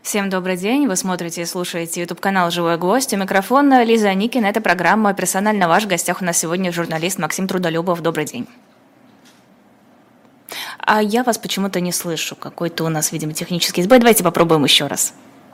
Всем добрый день, вы смотрите и слушаете YouTube-канал «Живой гвоздь». У микрофона Лиза Никина, это программа «Персонально ваш». В гостях у нас сегодня журналист Максим Трудолюбов. Добрый день. А я вас почему-то не слышу, какой-то у нас, видимо, технический сбой. Давайте попробуем еще раз.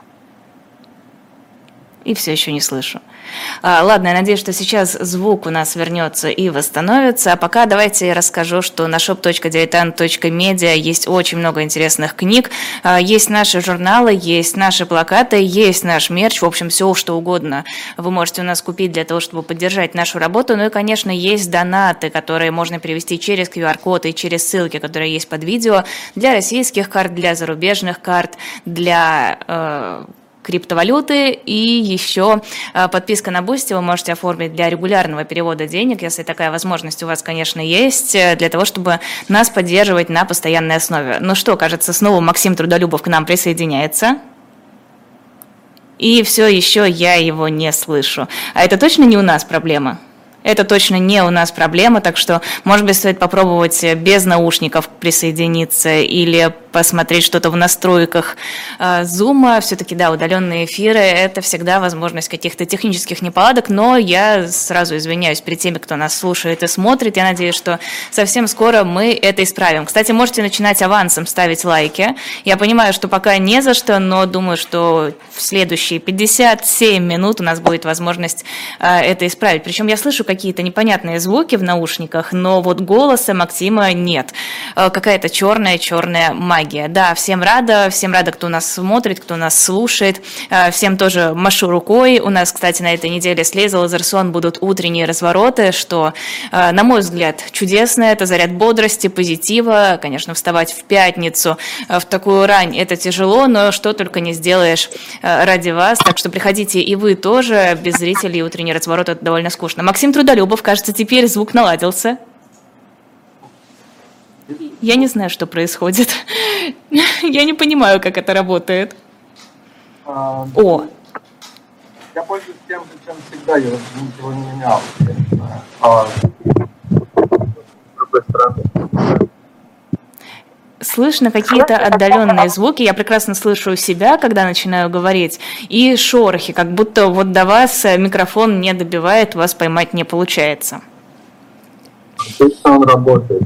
И все еще не слышу. Ладно, я надеюсь, что сейчас звук у нас вернется и восстановится. А пока давайте я расскажу, что на shop.diletant.media есть очень много интересных книг. Есть наши журналы, есть наши плакаты, есть наш мерч. В общем, все, что угодно вы можете у нас купить для того, чтобы поддержать нашу работу. Ну и, конечно, есть донаты, которые можно перевести через QR-код и через ссылки, которые есть под видео, для российских карт, для зарубежных карт, для криптовалюты, и еще подписка на Boosty вы можете оформить для регулярного перевода денег, если такая возможность у вас, конечно, есть, для того, чтобы нас поддерживать на постоянной основе. Ну что, кажется, снова Максим Трудолюбов к нам присоединяется. И все еще я его не слышу. А это точно не у нас проблема? Это точно не у нас проблема, так что, может быть, стоит попробовать без наушников присоединиться или посмотреть что-то в настройках Zoom. Все-таки, да, удаленные эфиры – это всегда возможность каких-то технических неполадок, но я сразу извиняюсь перед теми, кто нас слушает и смотрит. Я надеюсь, что совсем скоро мы это исправим. Кстати, можете начинать авансом ставить лайки. Я понимаю, что пока не за что, но думаю, что в следующие 57 минут у нас будет возможность это исправить. Причем я слышу какие-то непонятные звуки в наушниках, но вот голоса Максима нет. Какая-то черная магия. Да, всем рада, кто нас смотрит, кто нас слушает. Всем тоже машу рукой. У нас, кстати, на этой неделе с Лизой Лазерсон будут утренние развороты, что, на мой взгляд, чудесно. Это заряд бодрости, позитива. Конечно, вставать в пятницу в такую рань – это тяжело, но что только не сделаешь ради вас. Так что приходите и вы тоже. Без зрителей утренний разворот – это довольно скучно. Максим Трудолюбов, кажется, теперь звук наладился. Я не знаю, что происходит. Я не понимаю, как это работает. О! Я пользуюсь тем же, чем всегда, я ничего не менял. Я не знаю. С другой стороны. Слышно какие-то отдаленные звуки. Я прекрасно слышу себя, когда начинаю говорить, и шорохи, как будто вот до вас микрофон не добивает, вас поймать не получается. Отлично он работает.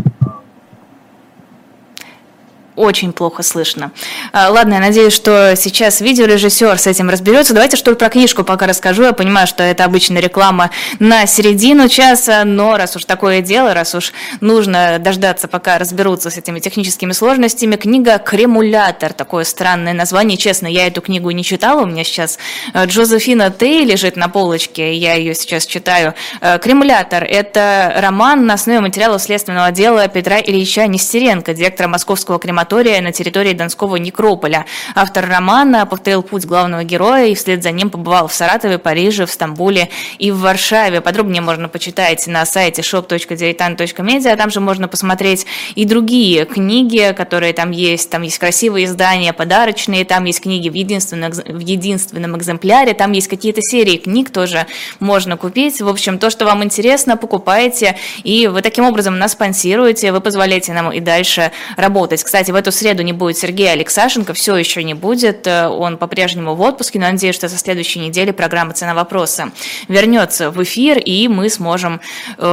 Очень плохо слышно. Ладно, я надеюсь, что сейчас видеорежиссер с этим разберется. Давайте что-то про книжку пока расскажу. Я понимаю, что это обычно реклама на середину часа, но раз уж такое дело, раз уж нужно дождаться, пока разберутся с этими техническими сложностями, книга «Кремулятор». Такое странное название. Честно, я эту книгу не читала. У меня сейчас Джозефина Тей лежит на полочке, я ее сейчас читаю. «Кремулятор» — это роман на основе материалов следственного дела Петра Ильича Нестеренко, директора Московского крематория на территории Донского некрополя. Автор романа повторил путь главного героя и вслед за ним побывал в Саратове, Париже, в Стамбуле и в Варшаве. Подробнее можно почитать на сайте shop.diletant.media, а там же можно посмотреть и другие книги, которые там есть. Там есть красивые издания, подарочные, там есть книги в единственном экземпляре, там есть какие-то серии книг тоже можно купить. В общем, то, что вам интересно, покупайте, и вы таким образом нас спонсируете, вы позволяете нам и дальше работать. Кстати, в эту среду не будет Сергея Алексашенко, все еще не будет, он по-прежнему в отпуске, но надеюсь, что со следующей недели программа «Цена вопроса» вернется в эфир, и мы сможем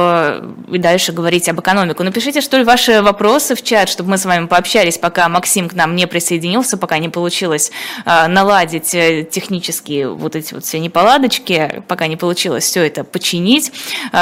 и дальше говорить об экономике. Напишите, что ли, ваши вопросы в чат, чтобы мы с вами пообщались, пока Максим к нам не присоединился, пока не получилось наладить технические вот эти вот все неполадочки, пока не получилось все это починить.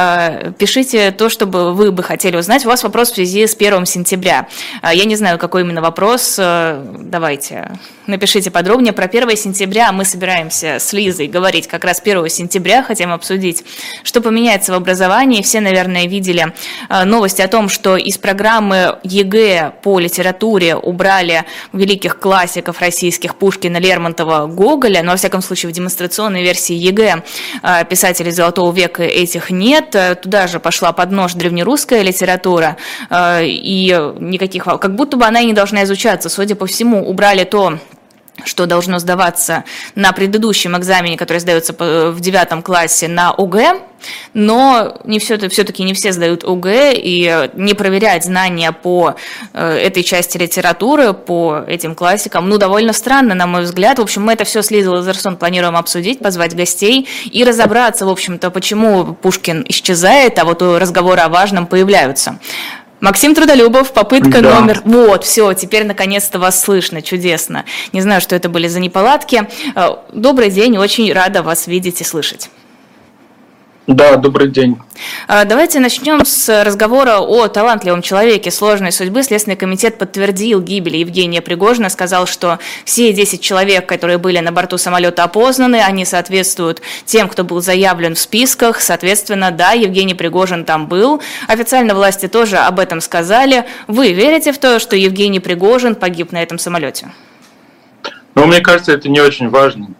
Пишите то, что вы бы хотели узнать. У вас вопрос в связи с 1 сентября. Я не знаю, какой именно вопрос. Давайте, напишите подробнее. Про 1 сентября мы собираемся с Лизой говорить как раз 1 сентября. Хотим обсудить, что поменяется в образовании. Все, наверное, видели новости о том, что из программы ЕГЭ по литературе убрали великих классиков российских Пушкина, Лермонтова, Гоголя. Но, во всяком случае, в демонстрационной версии ЕГЭ писателей Золотого века этих нет. Туда же пошла под нож древнерусская литература. И никаких... Как будто бы она и не должна изучаться. Судя по всему, убрали то что должно сдаваться на предыдущем экзамене, который сдается в 9 классе на ОГЭ, но все-таки не все сдают ОГЭ, и не проверять знания по этой части литературы, по этим классикам, довольно странно, на мой взгляд. В общем, мы это все с Лизой Лазерсон планируем обсудить, позвать гостей и разобраться, в общем-то, почему Пушкин исчезает, а вот разговоры о важном появляются. Максим Трудолюбов, попытка номер... Вот, все, теперь наконец-то вас слышно, чудесно. Не знаю, что это были за неполадки. Добрый день, очень рада вас видеть и слышать. Да, добрый день. Давайте начнем с разговора о талантливом человеке сложной судьбы. Следственный комитет подтвердил гибель Евгения Пригожина, сказал, что все 10 человек, которые были на борту самолета, опознаны, они соответствуют тем, кто был заявлен в списках. Соответственно, да, Евгений Пригожин там был. Официально власти тоже об этом сказали. Вы верите в то, что Евгений Пригожин погиб на этом самолете? Мне кажется, это не очень важно.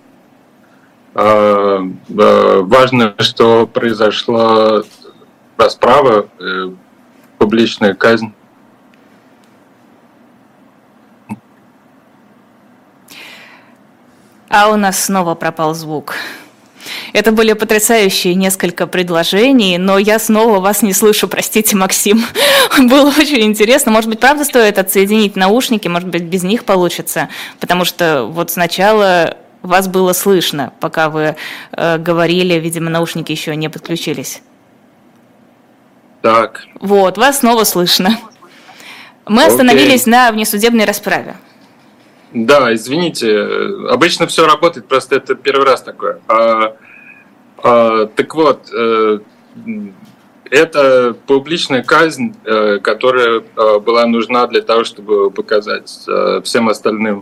Важно, что произошла расправа, публичная казнь. А у нас снова пропал звук. Это были потрясающие несколько предложений, но я снова вас не слышу, простите, Максим. Было очень интересно. Может быть, правда стоит отсоединить наушники, может быть, без них получится, потому что вот сначала... Вас было слышно, пока вы говорили, видимо, наушники еще не подключились. Так. Вот, вас снова слышно. Мы остановились на внесудебной расправе. Да, извините, обычно все работает, просто это первый раз такое. Так вот, это публичная казнь, которая была нужна для того, чтобы показать всем остальным,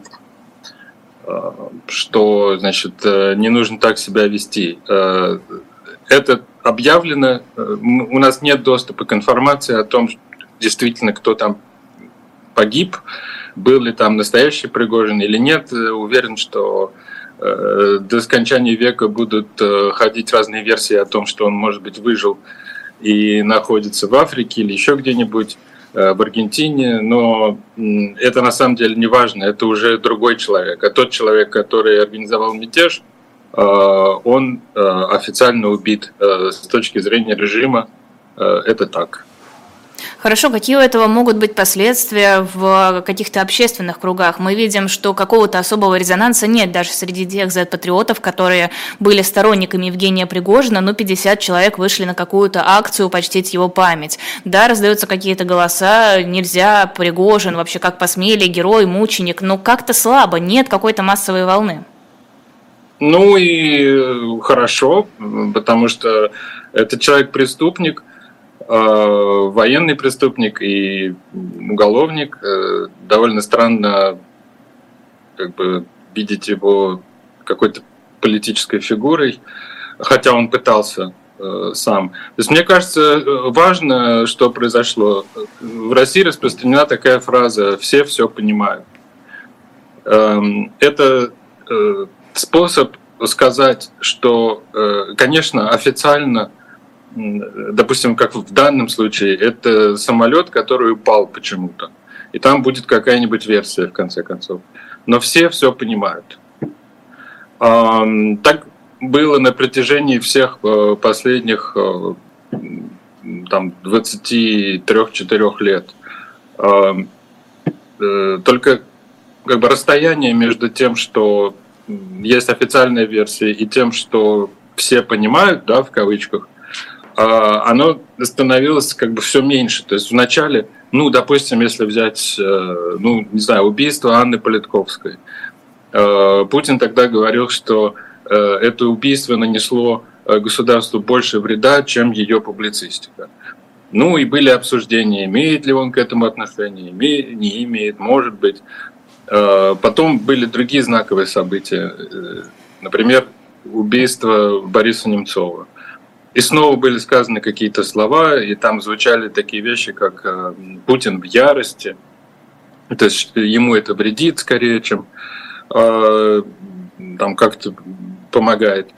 что, значит, не нужно так себя вести. Это объявлено, у нас нет доступа к информации о том, действительно, кто там погиб, был ли там настоящий Пригожин или нет. Уверен, что до скончания века будут ходить разные версии о том, что он, может быть, выжил и находится в Африке или еще где-нибудь, в Аргентине, но это на самом деле не важно, это уже другой человек. А тот человек, который организовал мятеж, он официально убит с точки зрения режима, это так. Хорошо, какие у этого могут быть последствия в каких-то общественных кругах? Мы видим, что какого-то особого резонанса нет даже среди тех Z-патриотов, которые были сторонниками Евгения Пригожина, но 50 человек вышли на какую-то акцию почтить его память. Да, раздаются какие-то голоса, нельзя, Пригожин, вообще как посмели, герой, мученик, но как-то слабо, нет какой-то массовой волны. И хорошо, потому что этот человек-преступник, военный преступник и уголовник. Довольно странно видеть его какой-то политической фигурой, хотя он пытался сам. То есть мне кажется, важно, что произошло. В России распространена такая фраза «все понимают». Это способ сказать, что, конечно, официально, допустим, как в данном случае, это самолет, который упал почему-то. И там будет какая-нибудь версия, в конце концов. Но все понимают. Так было на протяжении всех последних 23-4 лет. Только расстояние между тем, что есть официальная версия, и тем, что все понимают, да, в кавычках, оно становилось все меньше. То есть вначале, допустим, если взять, убийство Анны Политковской, Путин тогда говорил, что это убийство нанесло государству больше вреда, чем ее публицистика. И были обсуждения, имеет ли он к этому отношение, не имеет, может быть. Потом были другие знаковые события, например, убийство Бориса Немцова. И снова были сказаны какие-то слова, и там звучали такие вещи, как «Путин в ярости». То есть ему это вредит скорее, чем как-то помогает.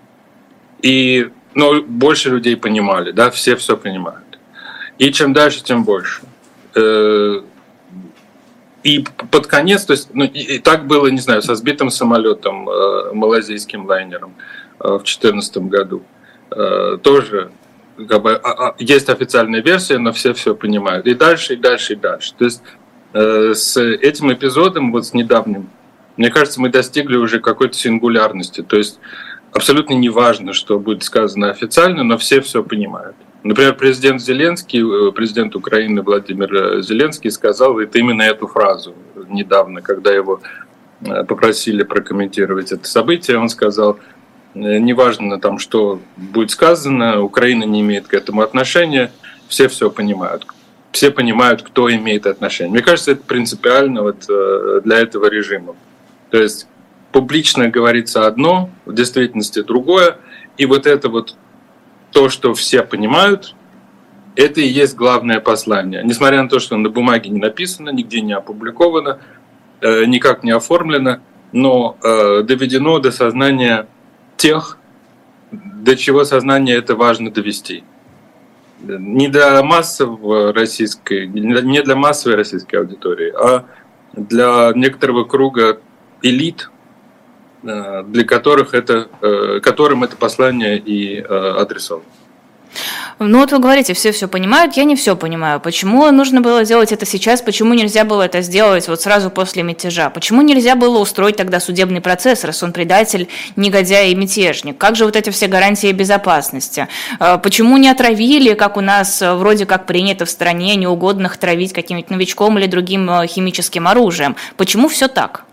Но больше людей понимали, да, все понимают. И чем дальше, тем больше. И под конец, то есть, и так было, не знаю, со сбитым самолетом, малазийским лайнером в 2014 году. Тоже как бы, есть официальная версия, но все понимают. И дальше, и дальше, и дальше. То есть с этим эпизодом, вот с недавним, мне кажется, мы достигли уже какой-то сингулярности. То есть абсолютно не важно, что будет сказано официально, но все понимают. Например, президент Украины Владимир Зеленский сказал именно эту фразу недавно, когда его попросили прокомментировать это событие. Он сказал: неважно, там, что будет сказано, Украина не имеет к этому отношения, все понимают. Все понимают, кто имеет отношение. Мне кажется, это принципиально вот для этого режима. То есть публично говорится одно, в действительности другое, и вот это вот то, что все понимают, это и есть главное послание. Несмотря на то, что на бумаге не написано, нигде не опубликовано, никак не оформлено, но доведено до сознания тех, до чего сознание это важно довести. Не для массовой российской аудитории, а для некоторого круга элит, для которым это послание и адресовано. Ну вот вы говорите, все понимают, я не все понимаю. Почему нужно было делать это сейчас, почему нельзя было это сделать вот сразу после мятежа? Почему нельзя было устроить тогда судебный процесс, раз он предатель, негодяй и мятежник? Как же вот эти все гарантии безопасности? Почему не отравили, как у нас вроде как принято в стране, неугодных травить каким-нибудь новичком или другим химическим оружием? Почему все так?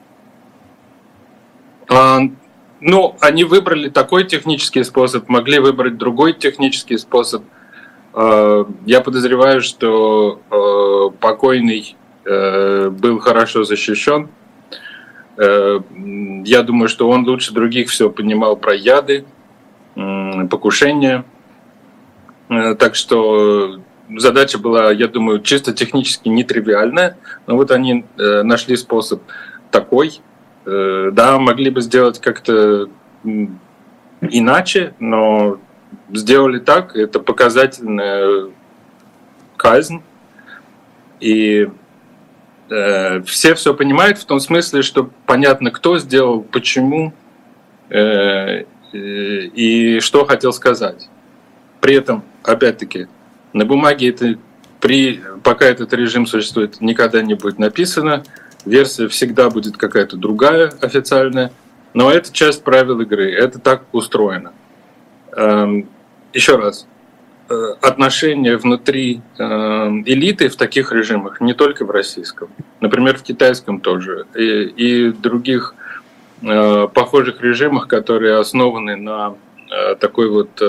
Ну, они выбрали такой технический способ, могли выбрать другой технический способ. Я подозреваю, что покойный был хорошо защищен. Я думаю, что он лучше других все понимал про яды, покушения. Так что задача была, я думаю, чисто технически нетривиальная. Но вот они нашли способ такой. Да, могли бы сделать как-то иначе, но сделали так. Это показательная казнь. И все понимают в том смысле, что понятно, кто сделал, почему и что хотел сказать. При этом, опять-таки, на бумаге это пока этот режим существует, никогда не будет написано. Версия всегда будет какая-то другая, официальная, но это часть правил игры, это так устроено. Еще раз, отношения внутри элиты в таких режимах, не только в российском, например, в китайском тоже, и других похожих режимах, которые основаны на такой вот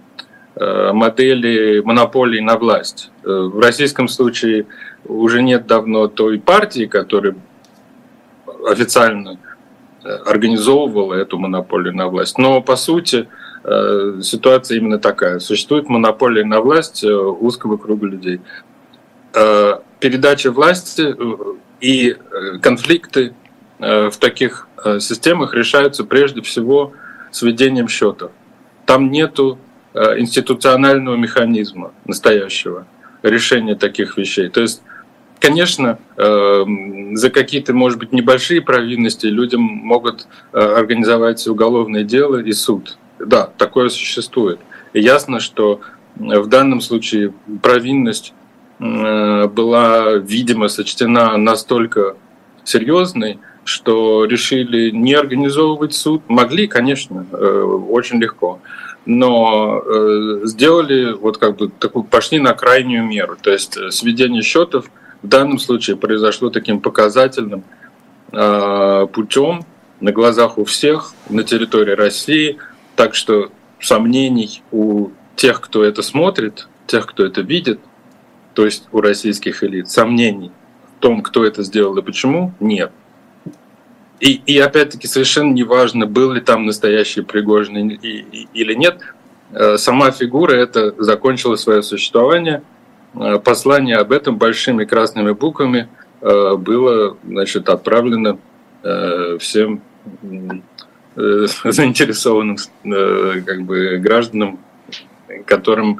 модели монополии на власть. В российском случае уже нет давно той партии, которая официально организовывала эту монополию на власть. Но по сути ситуация именно такая. Существует монополия на власть узкого круга людей. Передача власти и конфликты в таких системах решаются прежде всего сведением счетов. Там нету институционального механизма настоящего решения таких вещей. То есть, конечно, за какие-то, может быть, небольшие провинности людям могут организовать уголовное дело и суд. Да, такое существует. И ясно, что в данном случае провинность была, видимо, сочтена настолько серьезной, что решили не организовывать суд. Могли, конечно, очень легко. Но сделали вот как бы такую, пошли на крайнюю меру. То есть сведение счетов в данном случае произошло таким показательным путем на глазах у всех на территории России. Так что сомнений у тех, кто это смотрит, тех, кто это видит, то есть у российских элит, сомнений в том, кто это сделал и почему, нет. И опять-таки совершенно неважно, был ли там настоящий Пригожин или нет, сама фигура эта закончила свое существование. Послание об этом большими красными буквами было, значит, отправлено всем заинтересованным как бы гражданам, которым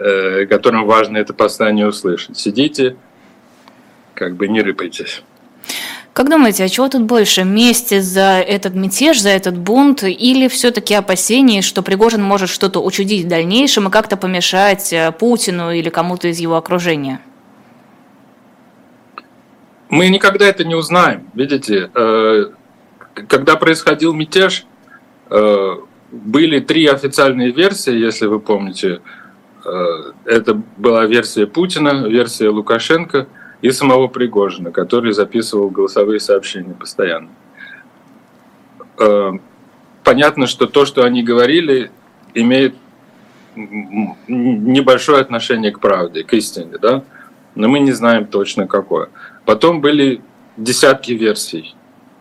важно это послание услышать. Сидите, как бы не рыпайтесь. Как думаете, а чего тут больше? Мести за этот мятеж, за этот бунт, или все-таки опасения, что Пригожин может что-то учудить в дальнейшем и как-то помешать Путину или кому-то из его окружения? Мы никогда это не узнаем. Видите, когда происходил мятеж, были 3 официальные версии, если вы помните. Это была версия Путина, версия Лукашенко и самого Пригожина, который записывал голосовые сообщения постоянно. Понятно, что то, что они говорили, имеет небольшое отношение к правде, к истине, да? Но мы не знаем точно какое. Потом были десятки версий.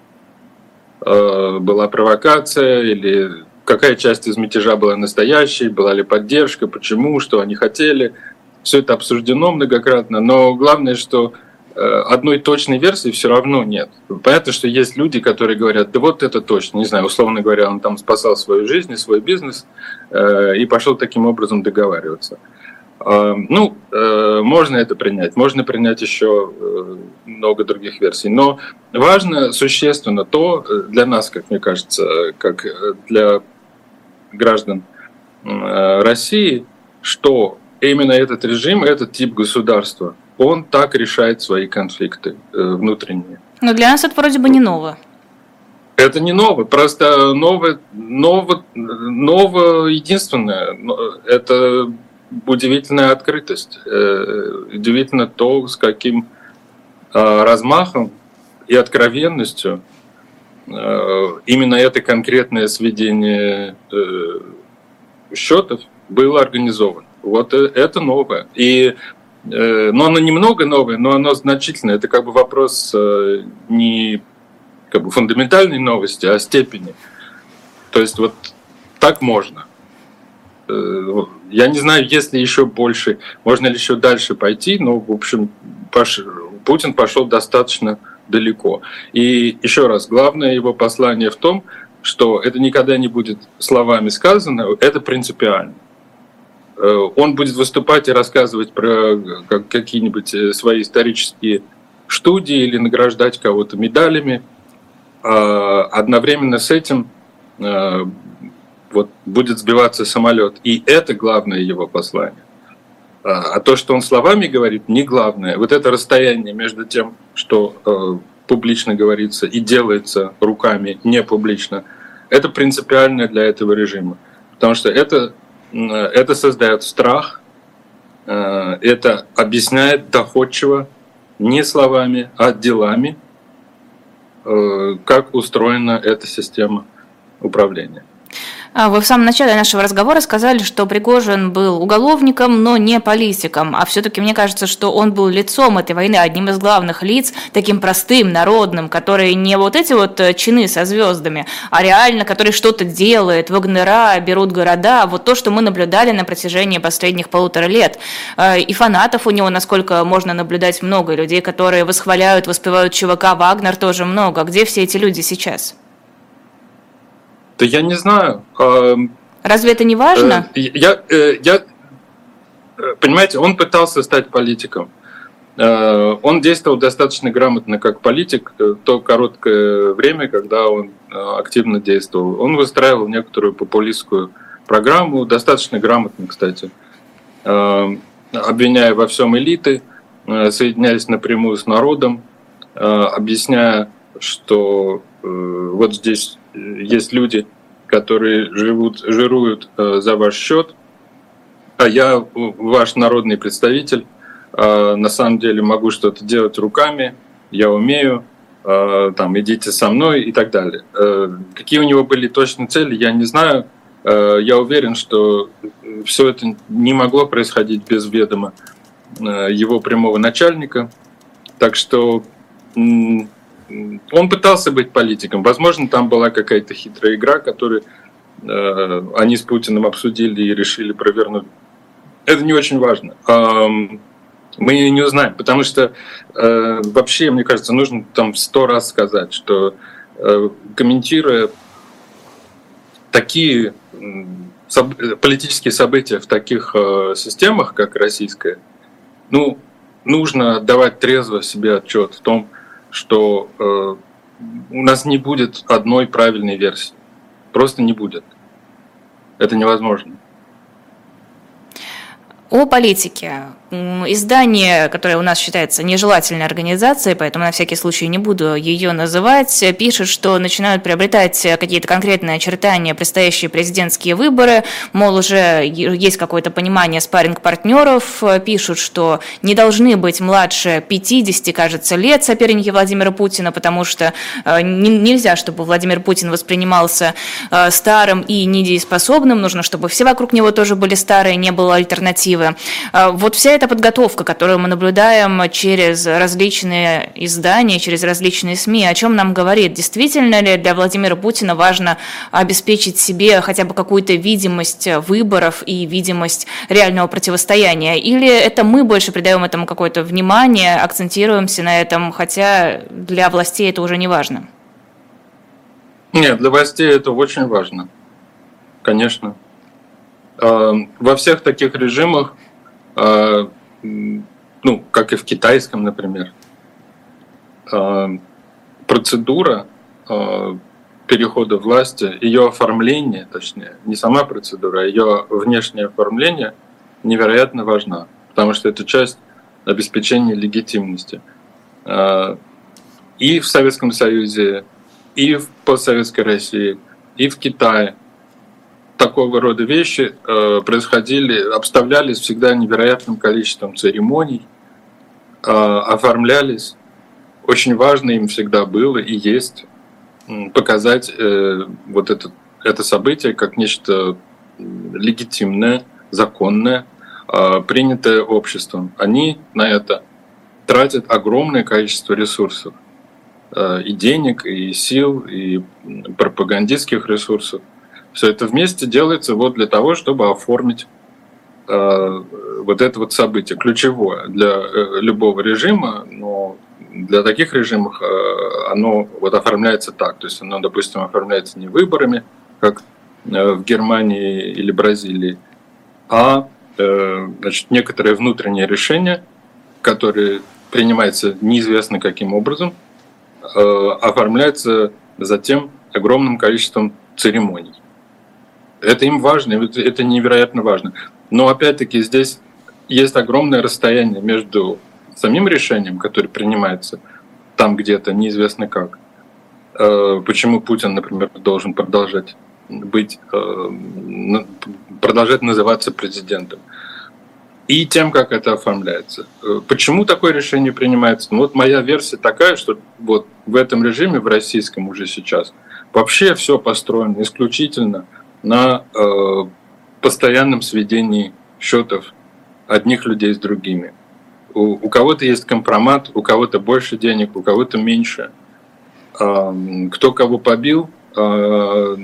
Была провокация или какая часть из мятежа была настоящей, была ли поддержка, почему, что они хотели. Все это обсуждено многократно, но главное, что одной точной версии все равно нет. Понятно, что есть люди, которые говорят, да вот это точно, не знаю, условно говоря, он там спасал свою жизнь и свой бизнес и пошел таким образом договариваться. Ну, можно это принять, можно принять еще много других версий, но важно существенно то для нас, как мне кажется, как для граждан России, что именно этот режим, этот тип государства, он так решает свои конфликты внутренние. Но для нас это вроде бы не ново. Это не ново, просто ново единственное. Это удивительная открытость, удивительно то, с каким размахом и откровенностью именно это конкретное сведение счетов было организовано. Вот это новое. Но оно немного новое, но оно значительное. Это как бы вопрос не как бы фундаментальной новости, а степени. То есть вот так можно. Я не знаю, есть ли еще больше, можно ли еще дальше пойти, но, в общем, Путин пошел достаточно далеко. И еще раз, главное его послание в том, что это никогда не будет словами сказано, это принципиально. Он будет выступать и рассказывать про какие-нибудь свои исторические студии или награждать кого-то медалями. Одновременно с этим вот будет сбиваться самолет. И это главное его послание. А то, что он словами говорит, не главное. Вот это расстояние между тем, что публично говорится и делается руками не публично, это принципиально для этого режима. Потому что это создает страх, это объясняет доходчиво не словами, а делами, как устроена эта система управления. Вы в самом начале нашего разговора сказали, что Пригожин был уголовником, но не политиком. А все-таки мне кажется, что он был лицом этой войны, одним из главных лиц, таким простым, народным, который не вот эти вот чины со звездами, а реально, который что-то делает, вагнера, берут города. Вот то, что мы наблюдали на протяжении последних 1,5 лет. И фанатов у него, насколько можно наблюдать, много. Людей, которые восхваляют, воспевают ЧВК «Вагнер», тоже много. Где все эти люди сейчас? Да я не знаю. Разве это не важно? Понимаете, он пытался стать политиком. Он действовал достаточно грамотно как политик то короткое время, когда он активно действовал. Он выстраивал некоторую популистскую программу, достаточно грамотно, кстати, обвиняя во всем элиты, соединяясь напрямую с народом, объясняя, что вот здесь есть люди, которые жируют за ваш счет, а я ваш народный представитель, на самом деле могу что-то делать руками, я умею, там, идите со мной и так далее. Какие у него были точные цели, я не знаю. Я уверен, что все это не могло происходить без ведома его прямого начальника. Так что он пытался быть политиком. Возможно, там была какая-то хитрая игра, которую они с Путиным обсудили и решили провернуть. Это не очень важно. Мы не узнаем, потому что вообще, мне кажется, нужно там 100 раз сказать, что комментируя такие политические события в таких системах, как российская, нужно отдавать трезво себе отчет в том, что у нас не будет одной правильной версии. Просто не будет. Это невозможно. О политике. Издание, которое у нас считается нежелательной организацией, поэтому на всякий случай не буду ее называть, пишет, что начинают приобретать какие-то конкретные очертания предстоящие президентские выборы, мол, уже есть какое-то понимание спарринг-партнеров, пишут, что не должны быть младше 50, кажется, лет соперники Владимира Путина, потому что нельзя, чтобы Владимир Путин воспринимался старым и недееспособным, нужно, чтобы все вокруг него тоже были старые, не было альтернативы. Вот вся эта подготовка, которую мы наблюдаем через различные издания, через различные СМИ, о чем нам говорит? Действительно ли для Владимира Путина важно обеспечить себе хотя бы какую-то видимость выборов и видимость реального противостояния? Или это мы больше придаем этому какое-то внимание, акцентируемся на этом, хотя для властей это уже не важно? Нет, для властей это очень важно, конечно. Во всех таких режимах, как и в китайском, например, процедура перехода власти, ее оформление, точнее, не сама процедура, а ее внешнее оформление невероятно важна, потому что это часть обеспечения легитимности. И в Советском Союзе, и в постсоветской России, и в Китае такого рода вещи обставлялись всегда невероятным количеством церемоний, оформлялись. Очень важно им всегда было и есть показать это событие как нечто легитимное, законное, принятое обществом. Они на это тратят огромное количество ресурсов, и денег, и сил, и пропагандистских ресурсов. Все это вместе делается для того, чтобы оформить это событие, ключевое для любого режима, но для таких режимов оно оформляется так. То есть оно, допустим, оформляется не выборами, как в Германии или Бразилии, а некоторые внутренние решения, которые принимаются неизвестно каким образом, оформляются затем огромным количеством церемоний. Это им важно, это невероятно важно. Но опять-таки здесь есть огромное расстояние между самим решением, которое принимается там где-то, неизвестно как. Почему Путин, например, должен продолжать называться президентом. И тем, как это оформляется. Почему такое решение принимается? Моя версия такая, что в этом режиме, в российском уже сейчас, вообще все построено исключительно на постоянном сведении счетов одних людей с другими. У кого-то есть компромат, у кого-то больше денег, у кого-то меньше. Кто кого побил, кто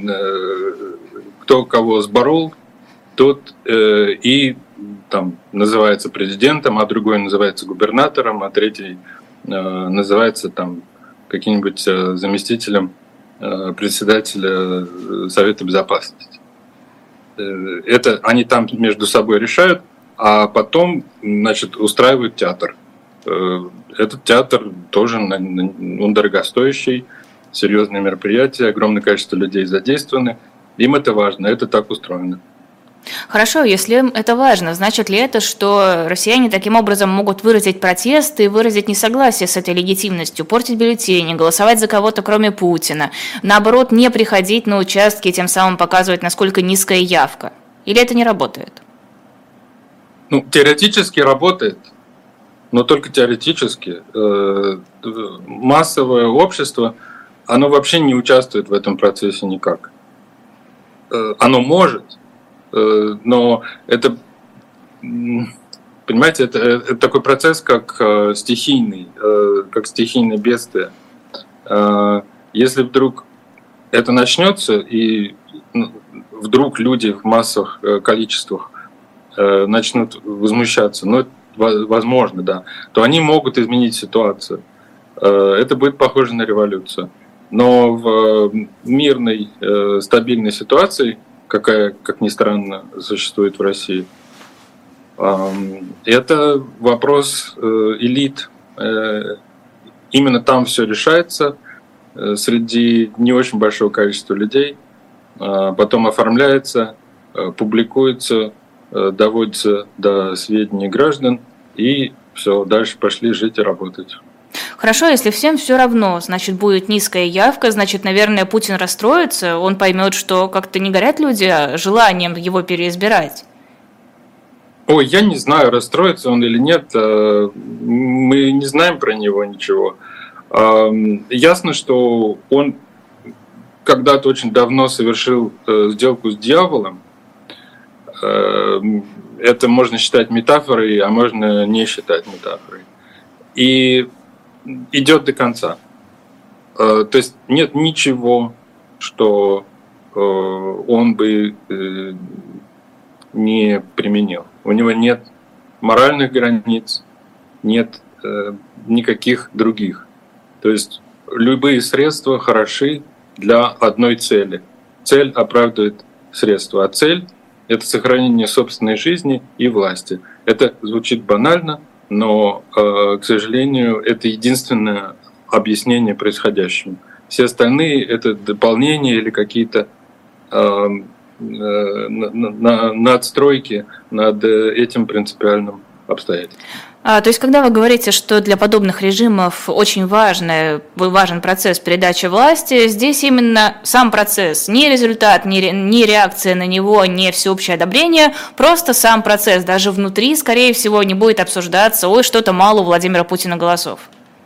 кого сборол, тот и называется президентом, а другой называется губернатором, а третий называется каким-нибудь заместителем председателя Совета Безопасности. Это они там между собой решают, а потом, устраивают театр. Этот театр тоже он дорогостоящий, серьезное мероприятие, огромное количество людей задействованы. Им это важно, это так устроено. Хорошо, если это важно, значит ли это, что россияне таким образом могут выразить протест и выразить несогласие с этой легитимностью, портить бюллетени, голосовать за кого-то, кроме Путина, наоборот, не приходить на участки и тем самым показывать, насколько низкая явка? Или это не работает? Теоретически работает, но только теоретически. Массовое общество, оно вообще не участвует в этом процессе никак. Оно может, но это, понимаете, это такой процесс, как стихийное бедствие. Если вдруг это начнется, и вдруг люди в массовых количествах начнут возмущаться, возможно, да, то они могут изменить ситуацию. Это будет похоже на революцию. Но в мирной, стабильной ситуации, какая, как ни странно, существует в России, это вопрос элит. именно там все решается среди не очень большого количества людей, потом оформляется, публикуется, доводится до сведений граждан, и все, дальше пошли жить и работать. Хорошо, если всем все равно, значит, будет низкая явка, значит, наверное, Путин расстроится, он поймет, что как-то не горят люди желанием его переизбирать. Ой, я не знаю, расстроится он или нет, мы не знаем про него ничего. Ясно, что он когда-то очень давно совершил сделку с дьяволом. Это можно считать метафорой, а можно не считать метафорой. И идет до конца. То есть нет ничего, что он бы не применил. У него нет моральных границ, нет никаких других. То есть любые средства хороши для одной цели. Цель оправдывает средства, а цель — это сохранение собственной жизни и власти. Это звучит банально, но, к сожалению, это единственное объяснение происходящему. Все остальные — это дополнения или какие-то надстройки над этим принципиальным обстоятельством. То есть, когда вы говорите, что для подобных режимов очень важен процесс передачи власти, здесь именно сам процесс, не результат, не реакция на него, не всеобщее одобрение, просто сам процесс, даже внутри, скорее всего, не будет обсуждаться, ой, что-то мало у Владимира Путина голосов.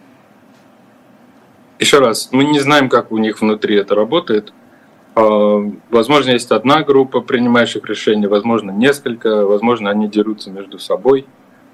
Еще раз, мы не знаем, как у них внутри это работает. Возможно, есть одна группа принимающих решения, возможно, несколько, возможно, они дерутся между собой.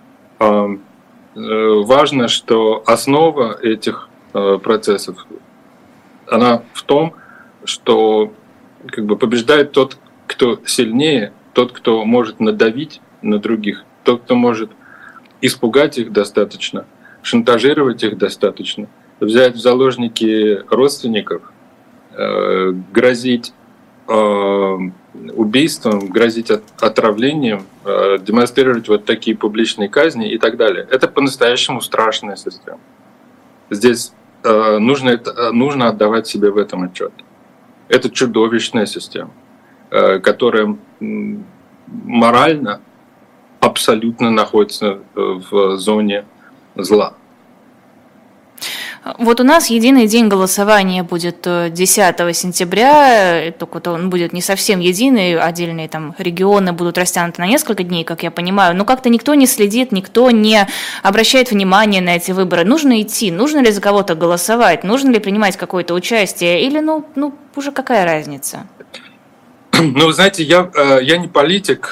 Важно, что основа этих процессов, она в том, что как бы побеждает тот, кто сильнее, тот, кто может надавить на других, тот, кто может испугать их достаточно, шантажировать их достаточно, взять в заложники родственников, грозить убийством, грозить отравлением, демонстрировать вот такие публичные казни и так далее. Это по-настоящему страшная система. Здесь нужно отдавать себе в этом отчет. Это чудовищная система, которая морально абсолютно находится в зоне зла. Вот у нас единый день голосования будет 10 сентября, только он будет не совсем единый, отдельные там регионы будут растянуты на несколько дней, как я понимаю, но как-то никто не следит, никто не обращает внимания на эти выборы. Нужно идти, нужно ли за кого-то голосовать, нужно ли принимать какое-то участие, или уже какая разница? Ну, знаете, я не политик.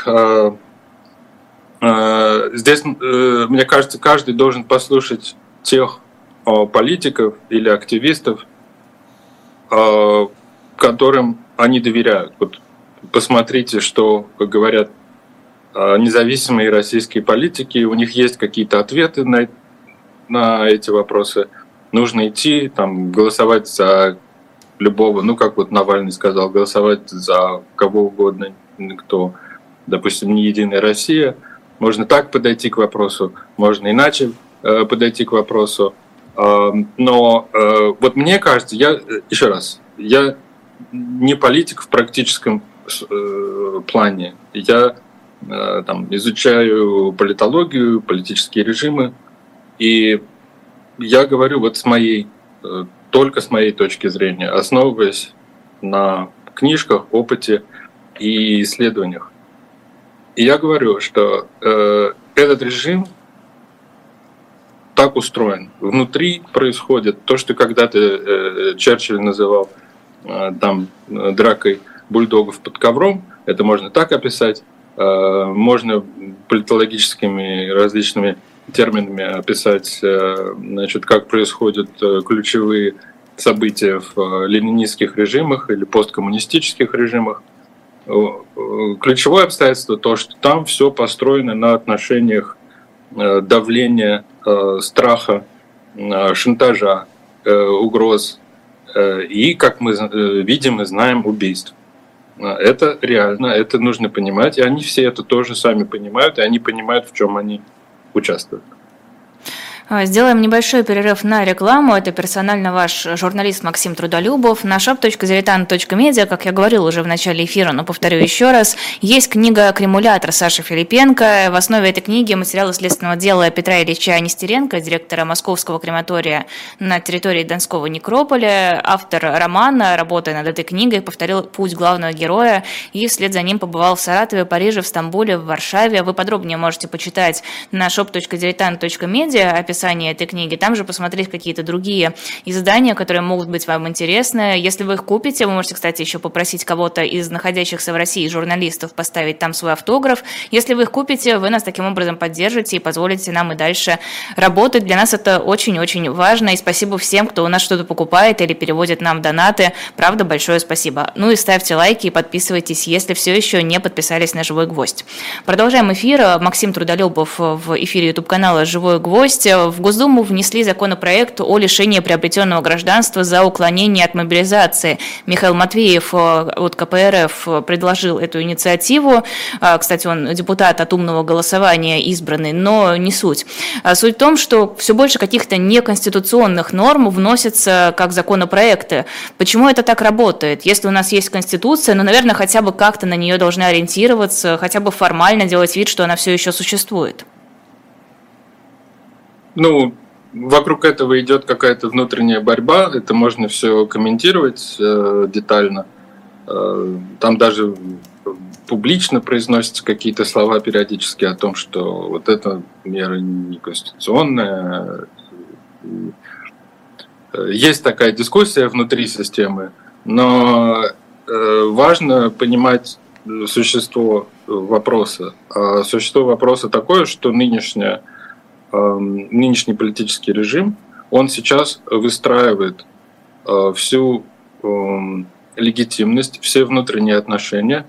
Здесь, мне кажется, каждый должен послушать тех политиков или активистов, которым они доверяют. Вот посмотрите, что говорят независимые российские политики. У них есть какие-то ответы на эти вопросы. Нужно идти, голосовать за любого, как вот Навальный сказал, голосовать за кого угодно, кто, допустим, не «Единая Россия». Можно так подойти к вопросу, можно иначе подойти к вопросу. Но вот мне кажется, я не политик в практическом плане. Я изучаю политологию, политические режимы, и я говорю вот только с моей точки зрения, основываясь на книжках, опыте и исследованиях. И я говорю, что этот режим так устроен. Внутри происходит то, что когда-то Черчилль называл дракой бульдогов под ковром. Это можно так описать. Можно политологическими различными терминами описать, как происходят ключевые события в ленинистских режимах или посткоммунистических режимах. Ключевое обстоятельство то, что там все построено на отношениях давления, страха, шантажа, угроз и, как мы видим и знаем, убийств. Это реально, это нужно понимать, и они все это тоже сами понимают, и они понимают, в чем они участвуют. Сделаем небольшой перерыв на рекламу. Это персонально ваш журналист Максим Трудолюбов. На shop.diletant.media, как я говорил уже в начале эфира, но повторю еще раз, есть книга «Кремулятор» Саши Филипенко. В основе этой книги материалы следственного дела Петра Ильича Нестеренко, директора Московского крематория на территории Донского некрополя. Автор романа, работая над этой книгой, повторил путь главного героя и вслед за ним побывал в Саратове, Париже, в Стамбуле, в Варшаве. Вы подробнее можете почитать на shop.diletant.media описание этой книги, там же посмотреть какие-то другие издания, которые могут быть вам интересны. Если вы их купите, вы можете, кстати, еще попросить кого-то из находящихся в России журналистов поставить там свой автограф. Если вы их купите, вы нас таким образом поддержите и позволите нам и дальше работать. Для нас это очень-очень важно, и спасибо всем, кто у нас что-то покупает или переводит нам донаты. Правда, большое спасибо. Ну и ставьте лайки и подписывайтесь, если все еще не подписались на «Живой гвоздь». Продолжаем эфир. Максим Трудолюбов в эфире YouTube-канала «Живой гвоздь». В Госдуму внесли законопроект о лишении приобретенного гражданства за уклонение от мобилизации. Михаил Матвеев от КПРФ предложил эту инициативу. Кстати, он депутат от умного голосования избранный, но не суть. Суть в том, что все больше каких-то неконституционных норм вносятся как законопроекты. Почему это так работает? Если у нас есть Конституция, ну, наверное, хотя бы как-то на нее должны ориентироваться, хотя бы формально делать вид, что она все еще существует. Ну, вокруг этого идет какая-то внутренняя борьба, это можно все комментировать детально. Там даже публично произносятся какие-то слова периодически о том, что вот эта мера неконституционная. Есть такая дискуссия внутри системы, но важно понимать существо вопроса. А существо вопроса такое, что нынешний политический режим, он сейчас выстраивает всю легитимность, все внутренние отношения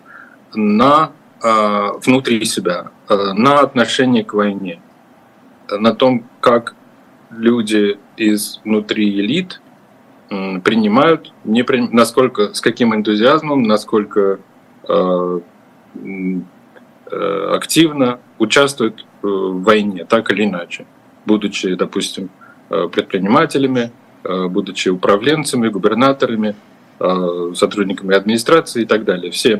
внутри себя, на отношение к войне, на том, как люди изнутри элит принимают, насколько, с каким энтузиазмом, насколько активно участвуют в войне, так или иначе, будучи, допустим, предпринимателями, будучи управленцами, губернаторами, сотрудниками администрации и так далее. Все.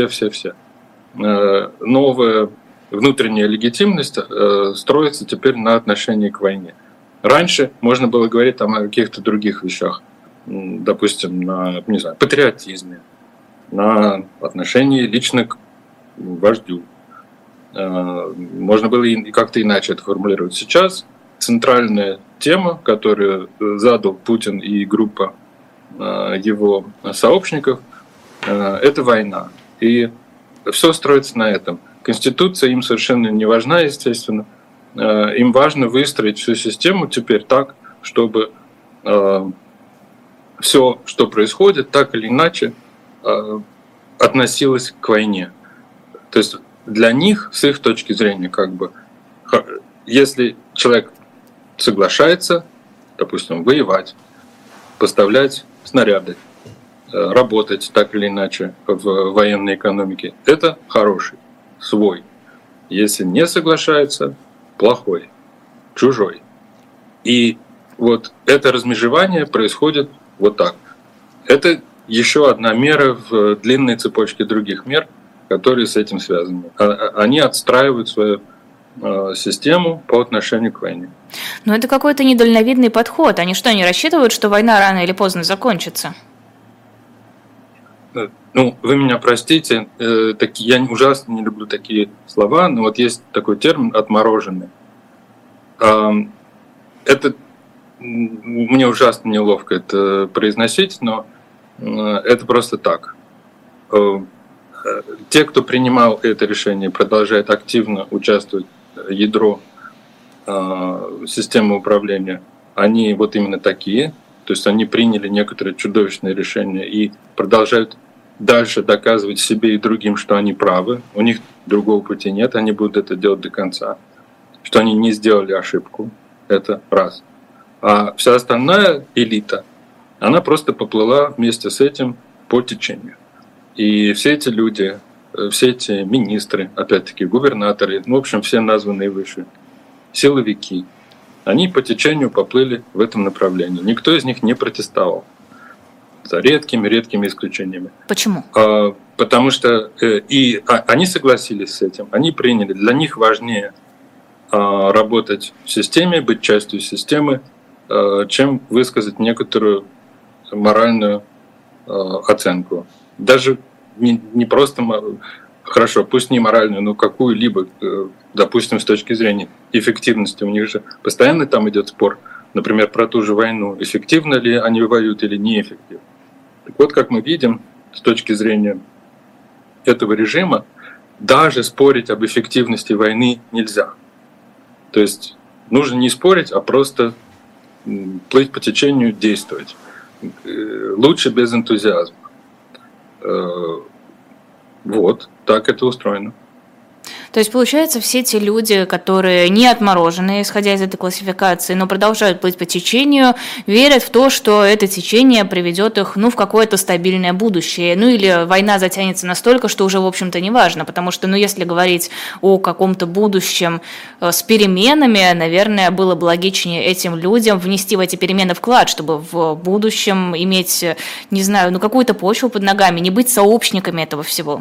Новая внутренняя легитимность строится теперь на отношении к войне. Раньше можно было говорить там о каких-то других вещах, допустим, на, не знаю, патриотизме, на отношении лично к вождю. Можно было и как-то иначе это формулировать. Сейчас центральная тема, которую задал Путин и группа его сообщников, это война. И все строится на этом. Конституция им совершенно не важна, естественно. Им важно выстроить всю систему теперь так, чтобы все, что происходит, так или иначе относилось к войне. То есть для них, с их точки зрения, как бы, если человек соглашается, допустим, воевать, поставлять снаряды, работать так или иначе в военной экономике, это хороший, свой. Если не соглашается, плохой, чужой. И вот это размежевание происходит вот так. Это еще одна мера в длинной цепочке других мер, которые с этим связаны. Они отстраивают свою систему по отношению к войне. Но это какой-то недальновидный подход. Они что, не рассчитывают, что война рано или поздно закончится? Ну, вы меня простите, я ужасно не люблю такие слова, но вот есть такой термин «отмороженный». Это мне ужасно неловко это произносить, но это просто так. Те, кто принимал это решение, продолжают активно участвовать в ядро системы управления, они вот именно такие, то есть они приняли некоторые чудовищные решения и продолжают дальше доказывать себе и другим, что они правы, у них другого пути нет, они будут это делать до конца, что они не сделали ошибку, это раз. А вся остальная элита, она просто поплыла вместе с этим по течению. И все эти люди, все эти министры, опять-таки губернаторы, в общем, все названные выше, силовики, Они по течению поплыли в этом направлении. Никто из них не протестовал. За редкими исключениями. Почему? Потому что они согласились с этим, они приняли. Для них важнее работать в системе, быть частью системы, чем высказать некоторую моральную оценку. Даже не просто, хорошо, пусть не моральную, но какую-либо, допустим, с точки зрения эффективности. У них же постоянно там идет спор, например, про ту же войну. Эффективно ли они воюют или неэффективно. Так вот, как мы видим, с точки зрения этого режима, даже спорить об эффективности войны нельзя. То есть нужно не спорить, а просто плыть по течению, действовать. Лучше без энтузиазма. Вот, так это устроено. То есть, получается, все те люди, которые не отморожены, исходя из этой классификации, но продолжают плыть по течению, верят в то, что это течение приведет их, в какое-то стабильное будущее. Или война затянется настолько, что уже, в общем-то, не важно. Потому что, если говорить о каком-то будущем с переменами, наверное, было бы логичнее этим людям внести в эти перемены вклад, чтобы в будущем иметь, не знаю, какую-то почву под ногами, не быть сообщниками этого всего.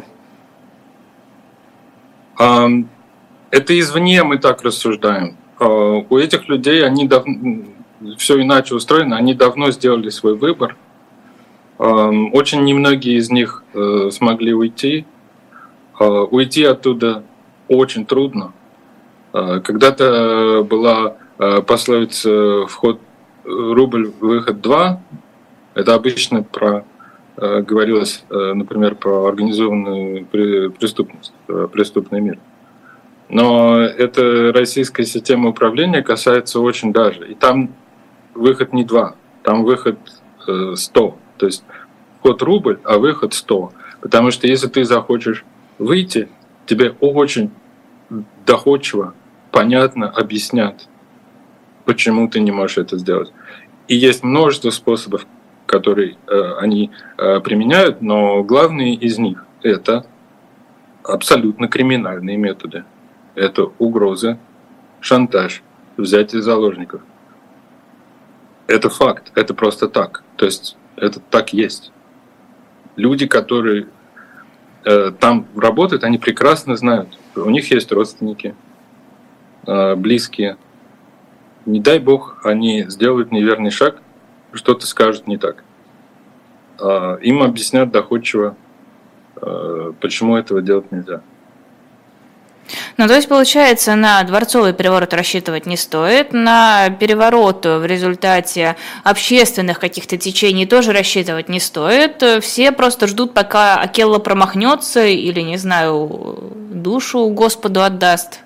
Это извне мы так рассуждаем. У этих людей все иначе устроено, они давно сделали свой выбор. Очень немногие из них смогли уйти. Уйти оттуда очень трудно. Когда-то была пословица «вход рубль, выход два». Это обычно говорилось, например, про организованную преступность, преступный мир. Но эта российская система управления касается очень даже. И там выход не 2, там выход 100. То есть вход рубль, а выход 100. Потому что если ты захочешь выйти, тебе очень доходчиво, понятно объяснят, почему ты не можешь это сделать. И есть множество способов, которые они применяют, но главные из них — это абсолютно криминальные методы. Это угрозы, шантаж, взятие заложников. Это факт, это просто так. То есть это так есть. Люди, которые там работают, они прекрасно знают. У них есть родственники, близкие. Не дай бог, они сделают неверный шаг, что-то скажут не так. Им объяснят доходчиво, почему этого делать нельзя. То есть, получается, на дворцовый переворот рассчитывать не стоит, на переворот в результате общественных каких-то течений тоже рассчитывать не стоит. Все просто ждут, пока Акелла промахнется или, не знаю, душу Господу отдаст.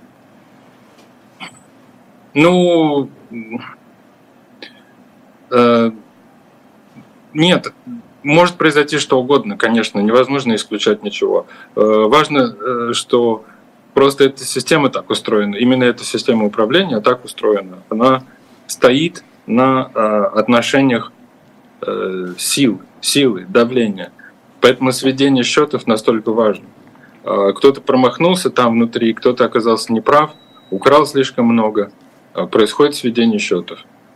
Нет, может произойти что угодно, конечно, невозможно исключать ничего. Важно, что просто эта система так устроена, именно эта система управления так устроена. Она стоит на отношениях силы, давления. Поэтому сведение счетов настолько важно. Кто-то промахнулся там внутри, кто-то оказался неправ, украл слишком много. Происходит сведение счетов.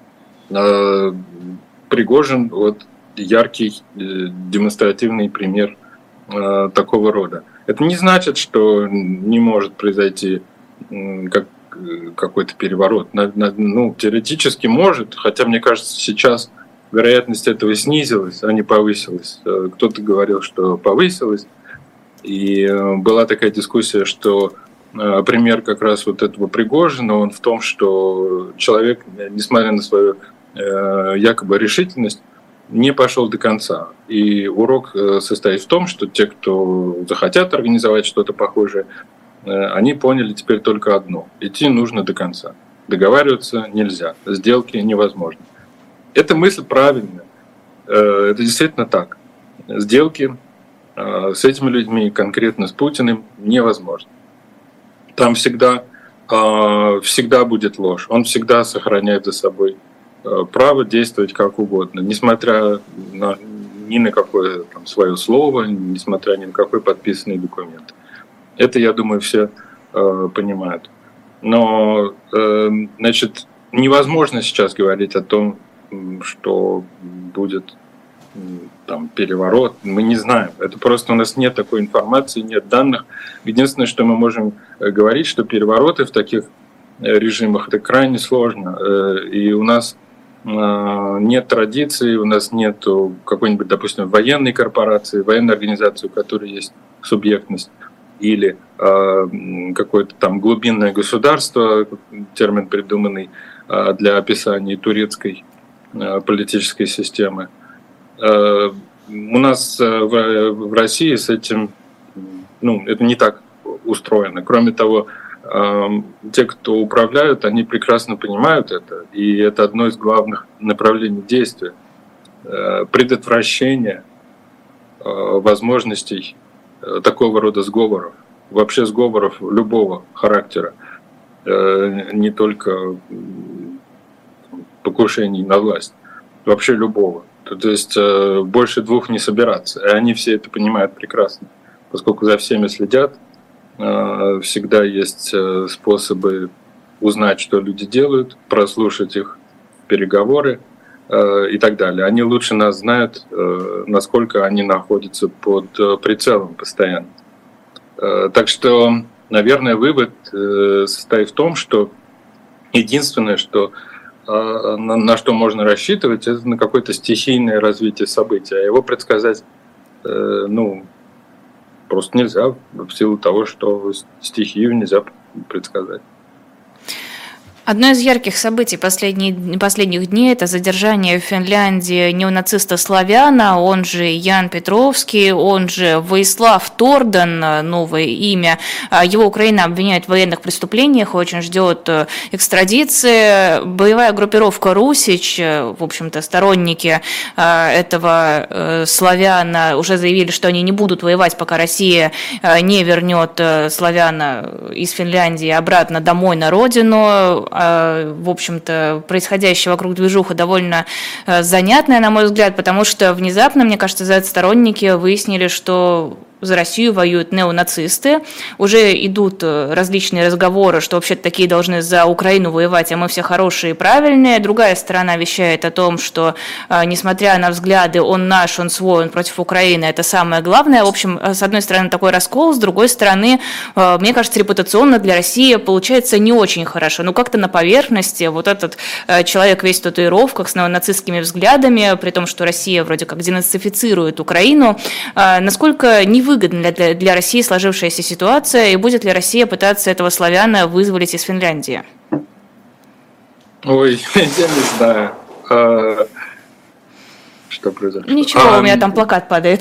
Пригожин яркий демонстративный пример такого рода. Это не значит, что не может произойти какой-то переворот. Теоретически может, хотя, мне кажется, сейчас вероятность этого снизилась, а не повысилась. Кто-то говорил, что повысилась. И была такая дискуссия, что пример как раз этого Пригожина, он в том, что человек, несмотря на свою якобы решительность, не пошел до конца. И урок состоит в том, что те, кто захотят организовать что-то похожее, они поняли теперь только одно: идти нужно до конца. Договариваться нельзя, сделки невозможны. Эта мысль правильная. Это действительно так. Сделки с этими людьми, конкретно с Путиным, невозможно. Там всегда будет ложь. Он всегда сохраняет за собой право действовать как угодно, несмотря ни на какое свое слово, несмотря ни на какой подписанный документ. Это, я думаю, все понимают. Но, невозможно сейчас говорить о том, что будет там переворот. Мы не знаем. Это просто у нас нет такой информации, нет данных. Единственное, что мы можем говорить, что перевороты в таких режимах это крайне сложно. И у нас нет традиции, у нас нет какой-нибудь, допустим, военной корпорации, военной организации, у которой есть субъектность, или какое-то там глубинное государство, термин, придуманный для описания турецкой политической системы. У нас в России с этим, это не так устроено. Кроме того, те, кто управляют, они прекрасно понимают это, и это одно из главных направлений действия. Предотвращение возможностей такого рода сговоров, вообще сговоров любого характера, не только покушений на власть, вообще любого. То есть больше двух не собираться. И они все это понимают прекрасно, поскольку за всеми следят. Всегда есть способы узнать, что люди делают, прослушать их переговоры и так далее. Они лучше нас знают, насколько они находятся под прицелом постоянно. Так что, наверное, вывод состоит в том, что единственное, что на что можно рассчитывать, это на какое-то стихийное развитие событий, а его предсказать, просто нельзя, в силу того, что стихию нельзя предсказать. Одно из ярких событий последних дней – это задержание в Финляндии неонациста Славяна, он же Ян Петровский, он же Воислав Тордан, новое имя. Его Украина обвиняет в военных преступлениях, очень ждет экстрадиции. Боевая группировка «Русич», в общем-то, сторонники этого славяна уже заявили, что они не будут воевать, пока Россия не вернет славяна из Финляндии обратно домой на родину. В общем-то, происходящая вокруг движуха довольно занятная, на мой взгляд, потому что внезапно, мне кажется, сторонники выяснили, что за Россию воюют неонацисты. Уже идут различные разговоры, что вообще-то такие должны за Украину воевать, а мы все хорошие и правильные. Другая сторона вещает о том, что, несмотря на взгляды «он наш, он свой, он против Украины», это самое главное. В общем, с одной стороны, такой раскол, с другой стороны, мне кажется, репутационно для России получается не очень хорошо. Ну, как-то на поверхности вот этот человек весь в татуировках с неонацистскими взглядами, при том, что Россия вроде как денацифицирует Украину, насколько невыгодна для России сложившаяся ситуация, и будет ли Россия пытаться этого славяна вызволить из Финляндии? Ой, я не знаю. Что произошло? Ничего, у меня там плакат падает.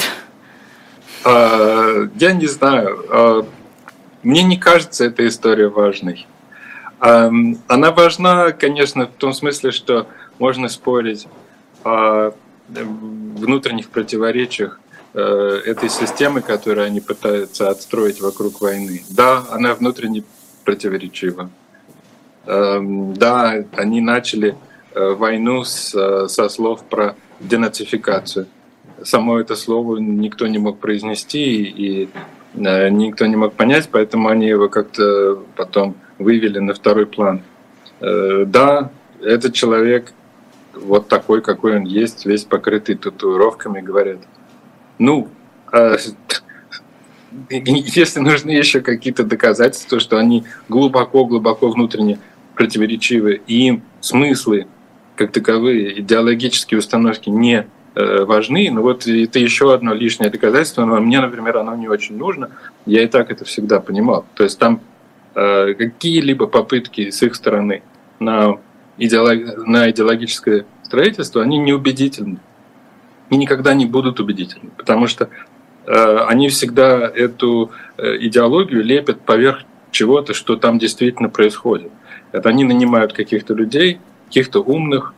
Я не знаю. Мне не кажется эта история важной. Она важна, конечно, в том смысле, что можно спорить о внутренних противоречиях этой системы, которую они пытаются отстроить вокруг войны. Да, она внутренне противоречива. Да, они начали войну со слов про денацификацию. Само это слово никто не мог произнести, и никто не мог понять, поэтому они его как-то потом вывели на второй план. Да, этот человек вот такой, какой он есть, весь покрытый татуировками, говорят. Если нужны еще какие-то доказательства, что они глубоко-глубоко внутренне противоречивы, и им смыслы, как таковые, идеологические установки не важны, но вот это еще одно лишнее доказательство, но мне, например, оно не очень нужно, я и так это всегда понимал. То есть там какие-либо попытки с их стороны на идеологическое строительство, они неубедительны. И никогда не будут убедительны, потому что они всегда эту идеологию лепят поверх чего-то, что там действительно происходит. Это они нанимают каких-то людей, каких-то умных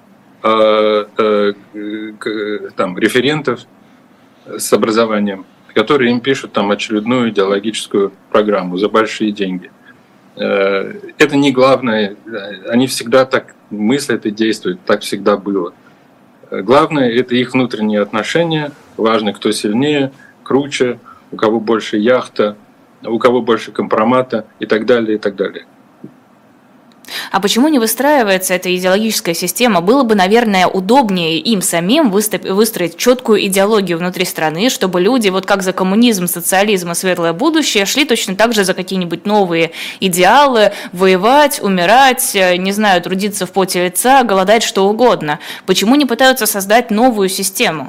референтов с образованием, которые им пишут там очередную идеологическую программу за большие деньги. Это не главное, они всегда так мыслят и действуют, так всегда было. Главное — это их внутренние отношения, важно, кто сильнее, круче, у кого больше яхта, у кого больше компромата и так далее, и так далее. А почему не выстраивается эта идеологическая система? Было бы, наверное, удобнее им самим выстроить четкую идеологию внутри страны, чтобы люди, вот как за коммунизм, социализм и светлое будущее, шли точно так же за какие-нибудь новые идеалы, воевать, умирать, не знаю, трудиться в поте лица, голодать, что угодно. Почему не пытаются создать новую систему?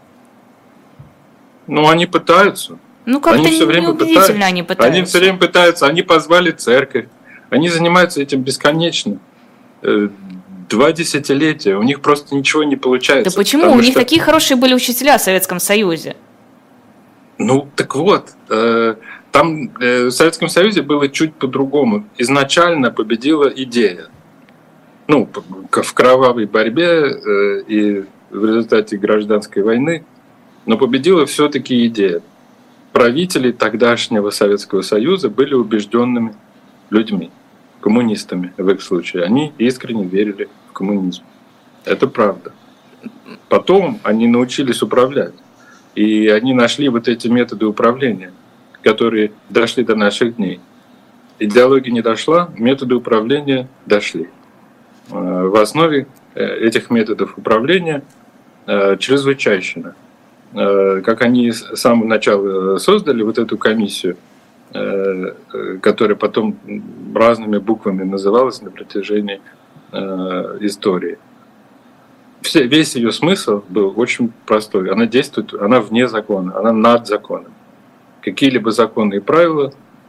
Ну, они пытаются. Ну, как-то неубедительно они пытаются. Они все время пытаются, они позвали церковь. Они занимаются этим бесконечно. 2 десятилетия, у них просто ничего не получается. Да почему? У них такие хорошие были учителя в Советском Союзе. Ну, так вот, там в Советском Союзе было чуть по-другому. Изначально победила идея. Ну, в кровавой борьбе и в результате гражданской войны, но победила все-таки идея. Правители тогдашнего Советского Союза были убежденными людьми, коммунистами в их случае. Они искренне верили в коммунизм. Это правда. Потом они научились управлять. И они нашли вот эти методы управления, которые дошли до наших дней. Идеология не дошла, методы управления дошли. В основе этих методов управления чрезвычайщина. Как они с самого начала создали вот эту комиссию, которая потом разными буквами называлась на протяжении истории. Весь ее смысл был очень простой. Она действует, она вне закона, она над законом. Какие-либо законы и правила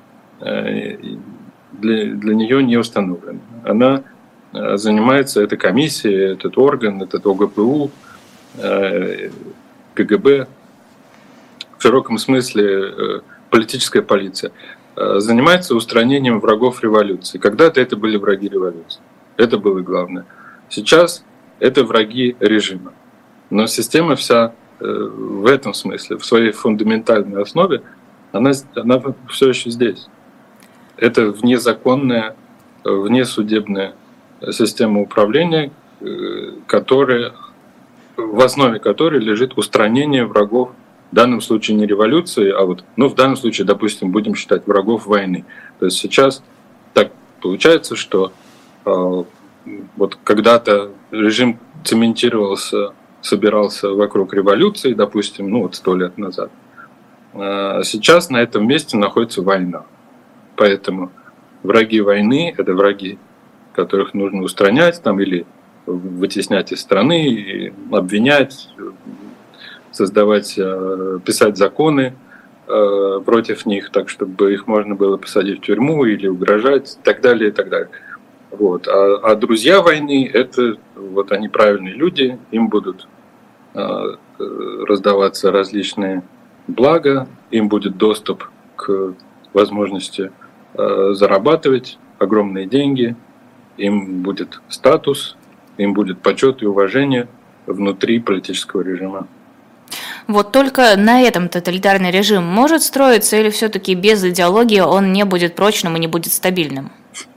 для нее не установлены. Она занимается, эта комиссия, этот орган, этот ОГПУ, КГБ, в широком смысле политическая полиция, занимается устранением врагов революции. Когда-то это были враги революции. Это было главное. Сейчас это враги режима. Но система вся в этом смысле, в своей фундаментальной основе, она все еще здесь. Это внезаконная, внесудебная система управления, в основе которой лежит устранение врагов, в данном случае не революции, а вот, в данном случае, допустим, будем считать врагов войны. То есть сейчас так получается, что вот когда-то режим цементировался, собирался вокруг революции, допустим, 100 лет назад. А сейчас на этом месте находится война. Поэтому враги войны — это враги, которых нужно устранять там, или вытеснять из страны, и обвинять, создавать, писать законы против них, так чтобы их можно было посадить в тюрьму или угрожать, и так далее, и так далее. Вот. А друзья войны — это вот они правильные люди, им будут раздаваться различные блага, им будет доступ к возможности зарабатывать огромные деньги, им будет статус, им будет почет и уважение внутри политического режима. Вот только на этом тоталитарный режим может строиться, или все-таки без идеологии он не будет прочным и не будет стабильным?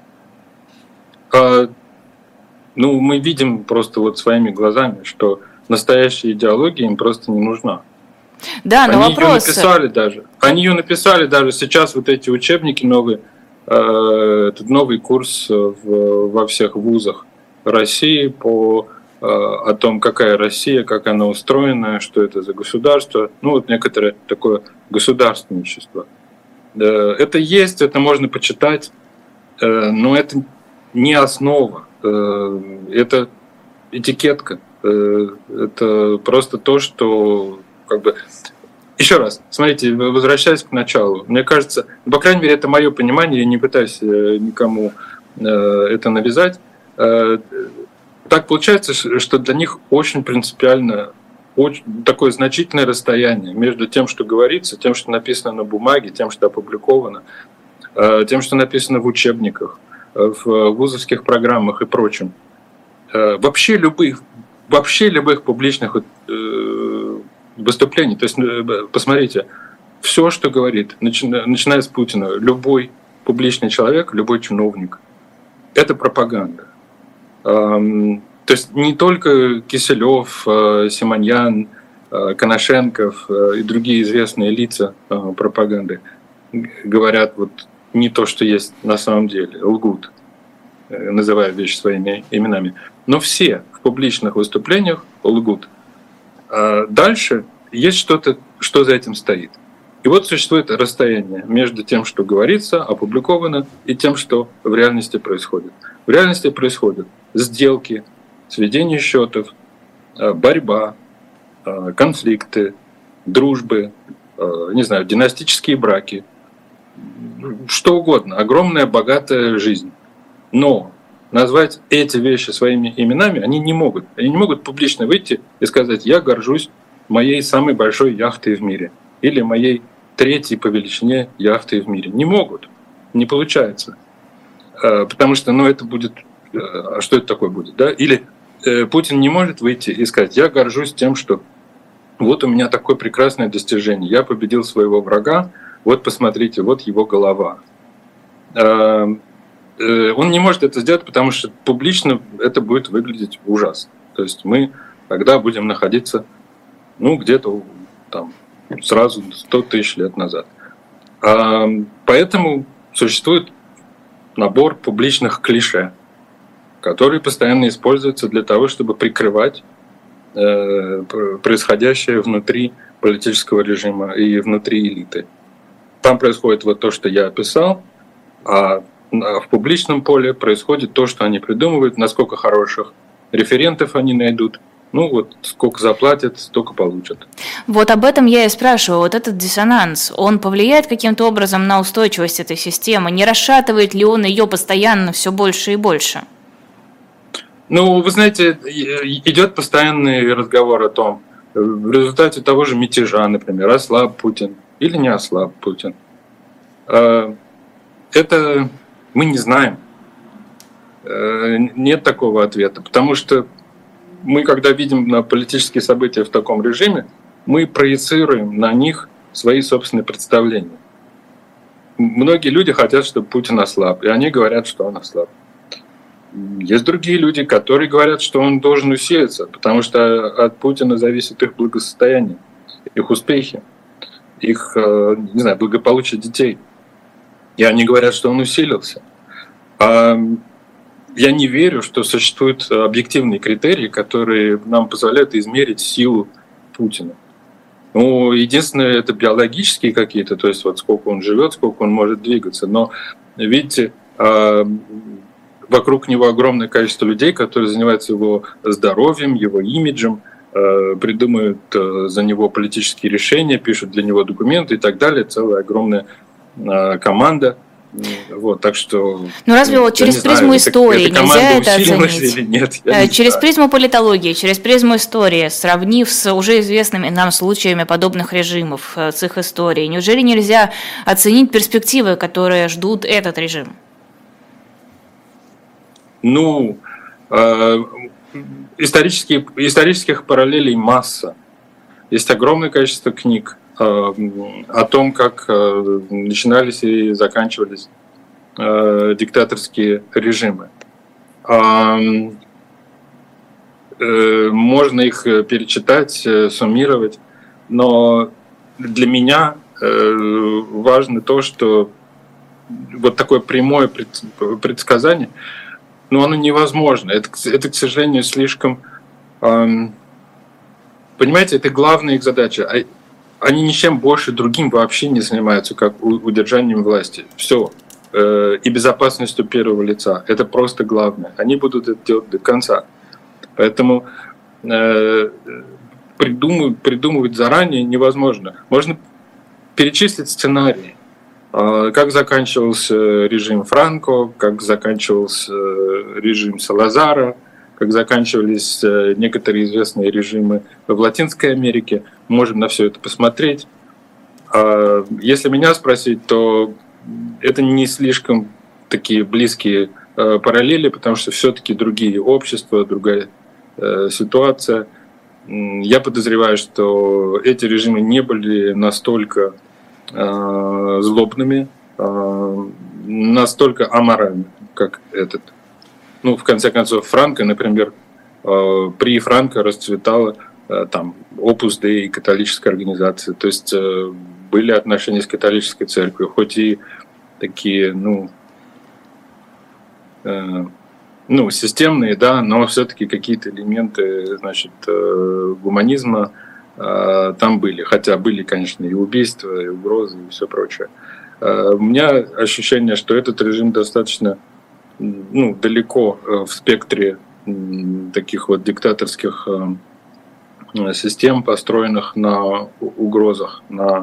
Мы видим просто вот своими глазами, что настоящая идеология им просто не нужна. Да, но они вопрос... Они ее написали даже сейчас, вот эти учебники новые, этот новый курс во всех вузах России о том, какая Россия, как она устроена, что это за государство. Некоторое такое государственничество. Это есть, это можно почитать, но это не основа, это этикетка. Это просто то, что Еще раз, смотрите, возвращаясь к началу, мне кажется, по крайней мере, это мое понимание, я не пытаюсь никому это навязать. Так получается, что для них очень принципиально такое значительное расстояние между тем, что говорится, тем, что написано на бумаге, тем, что опубликовано, тем, что написано в учебниках, в вузовских программах и прочем. Вообще любых публичных выступлений. То есть, посмотрите, все, что говорит, начиная с Путина, любой публичный человек, любой чиновник, это пропаганда. То есть не только Киселев, Симоньян, Коношенков и другие известные лица пропаганды говорят вот не то, что есть на самом деле, лгут. называя вещи своими именами, но все в публичных выступлениях лгут. Дальше есть что-то, что за этим стоит. И вот существует расстояние между тем, что говорится, опубликовано, и тем, что в реальности происходит. В реальности происходят сделки, сведение счетов, борьба, конфликты, дружбы, не знаю, династические браки, что угодно, огромная богатая жизнь. Но назвать эти вещи своими именами они не могут. Они не могут публично выйти и сказать: я горжусь моей самой большой яхтой в мире или моей третьей по величине яхтой в мире. Не могут, не получается. Потому что, это будет... А что это такое будет? Да? Или Путин не может выйти и сказать: я горжусь тем, что вот у меня такое прекрасное достижение, я победил своего врага, вот посмотрите, вот его голова. Он не может это сделать, потому что публично это будет выглядеть ужасно. То есть мы тогда будем находиться где-то там сразу 100 тысяч лет назад. Поэтому существует набор публичных клише, которые постоянно используются для того, чтобы прикрывать происходящее внутри политического режима и внутри элиты. Там происходит вот то, что я описал, а в публичном поле происходит то, что они придумывают, насколько хороших референтов они найдут. Сколько заплатят, столько получат. Вот об этом я и спрашиваю. Вот этот диссонанс, он повлияет каким-то образом на устойчивость этой системы? Не расшатывает ли он ее постоянно все больше и больше? Вы знаете, идет постоянный разговор о том, в результате того же мятежа, например, ослаб Путин или не ослаб Путин. Это мы не знаем. Нет такого ответа, потому что мы, когда видим политические события в таком режиме, мы проецируем на них свои собственные представления. Многие люди хотят, чтобы Путин ослаб, и они говорят, что он ослаб. Есть другие люди, которые говорят, что он должен усилиться, потому что от Путина зависит их благосостояние, их успехи, их, благополучие детей. И они говорят, что он усилился. Я не верю, что существуют объективные критерии, которые нам позволяют измерить силу Путина. Единственное, это биологические какие-то, то есть сколько он живет, сколько он может двигаться. Но видите, вокруг него огромное количество людей, которые занимаются его здоровьем, его имиджем, придумывают за него политические решения, пишут для него документы и так далее. Целая огромная команда. Так что... разве через призму истории нельзя это оценить? Или нет, через призму политологии, через призму истории, сравнив с уже известными нам случаями подобных режимов, с их историей, неужели нельзя оценить перспективы, которые ждут этот режим? Исторических параллелей масса. Есть огромное количество книг о том, как начинались и заканчивались диктаторские режимы. Можно их перечитать, суммировать, но для меня важно то, что вот такое прямое предсказание, оно невозможно. Это, к сожалению, слишком... Понимаете, это главная их задача. Они ничем больше другим вообще не занимаются, как удержанием власти. Все. И безопасностью первого лица. Это просто главное. Они будут это делать до конца. Поэтому придумывать заранее невозможно. Можно перечислить сценарии. Как заканчивался режим Франко, как заканчивался режим Салазара, как заканчивались некоторые известные режимы в Латинской Америке. Можем на все это посмотреть. Если меня спросить, то это не слишком такие близкие параллели, потому что все-таки другие общества, другая ситуация. Я подозреваю, что эти режимы не были настолько злобными, настолько аморальными, как этот. В конце концов, Франко, например, при Франко расцветала там Opus Dei и католическая организация. То есть были отношения с католической церковью, хоть и такие, ну, системные, да, но все-таки какие-то элементы, значит, гуманизма там были. Хотя были, конечно, и убийства, и угрозы, и все прочее. У меня ощущение, что этот режим достаточно, ну, далеко в спектре таких вот диктаторских систем, построенных на угрозах, на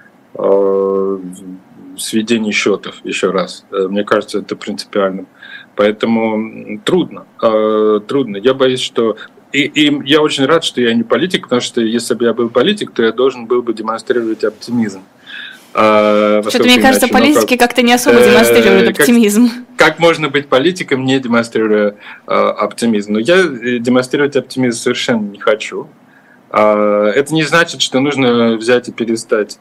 сведении счетов, еще раз. Мне кажется, это принципиально. Поэтому трудно. Я боюсь, что... И я очень рад, что я не политик, потому что если бы я был политик, то я должен был бы демонстрировать оптимизм. Что-то, мне кажется, политики как-то не особо демонстрируют оптимизм. Как можно быть политиком, не демонстрируя оптимизм? Но я демонстрировать оптимизм совершенно не хочу. Это не значит, что нужно взять и перестать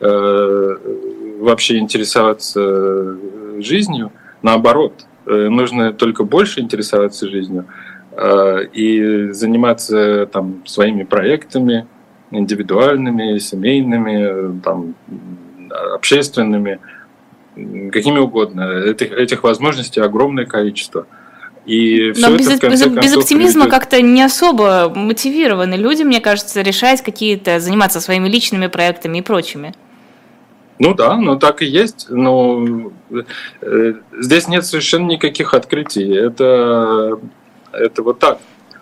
вообще интересоваться жизнью. Наоборот, нужно только больше интересоваться жизнью и заниматься там своими проектами индивидуальными, семейными, там, общественными, какими угодно. Этих возможностей огромное количество. И но без оптимизма как-то не особо мотивированы люди, мне кажется, решать какие-то, заниматься своими личными проектами и прочими. Ну да, так и есть. Но здесь нет совершенно никаких открытий. Это вот так.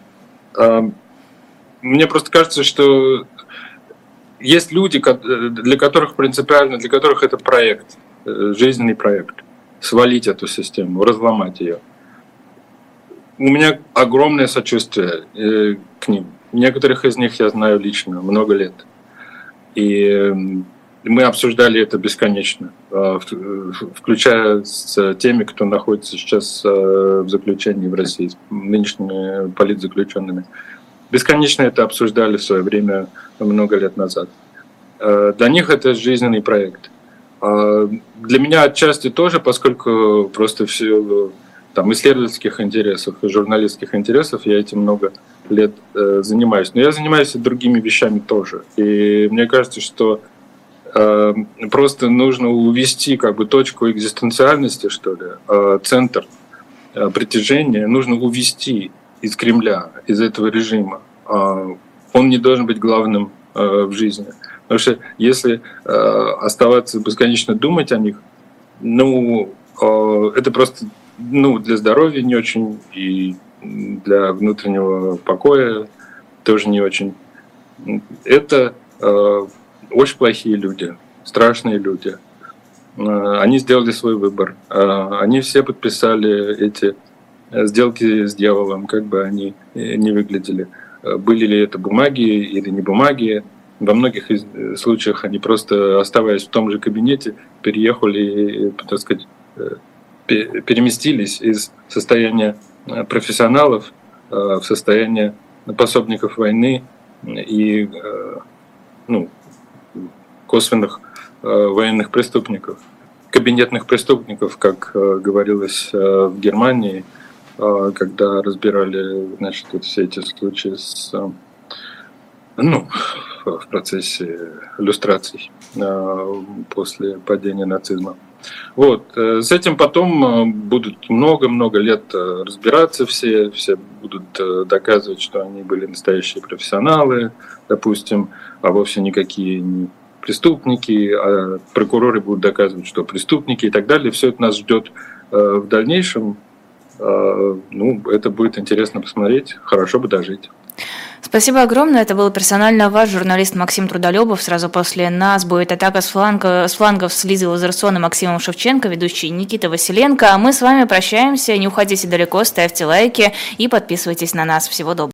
Мне просто кажется, что есть люди, для которых принципиально, для которых это проект, жизненный проект, свалить эту систему, разломать ее. У меня огромное сочувствие к ним. Некоторых из них я знаю лично, много лет. И мы обсуждали это бесконечно, включая с теми, кто находится сейчас в заключении в России, с нынешними политзаключенными. Бесконечно это обсуждали в свое время, много лет назад. Для них это жизненный проект. Для меня отчасти тоже, поскольку просто в силу там, исследовательских интересов и журналистских интересов я этим много лет занимаюсь. Но я занимаюсь и другими вещами тоже. И мне кажется, что просто нужно увести как бы точку экзистенциальности, что ли, центр притяжения, нужно увести из Кремля, из этого режима. Он не должен быть главным в жизни. Потому что если оставаться бесконечно думать о них, ну, это просто для здоровья не очень, и для внутреннего покоя тоже не очень. Это очень плохие люди, страшные люди. Они сделали свой выбор. Они все подписали эти сделки с дьяволом, как бы они ни выглядели. Были ли это бумаги или не бумаги. Во многих случаях они просто, оставаясь в том же кабинете, переехали, так сказать, переместились из состояния профессионалов в состояние пособников войны и косвенных военных преступников, кабинетных преступников, как говорилось в Германии, когда разбирали, значит, вот все эти случаи в процессе люстраций после падения нацизма. Вот. С этим потом будут много-много лет разбираться все будут доказывать, что они были настоящие профессионалы, допустим, а вовсе никакие не преступники, а прокуроры будут доказывать, что преступники и так далее. Все это нас ждет в дальнейшем. Это будет интересно посмотреть, хорошо бы дожить. Спасибо огромное. Это был персонально ваш журналист Максим Трудолюбов. Сразу после нас будет атака с флангов с Лизой Лазерсон и Максимом Шевченко, ведущий Никита Василенко. А мы с вами прощаемся. Не уходите далеко, ставьте лайки и подписывайтесь на нас. Всего доброго.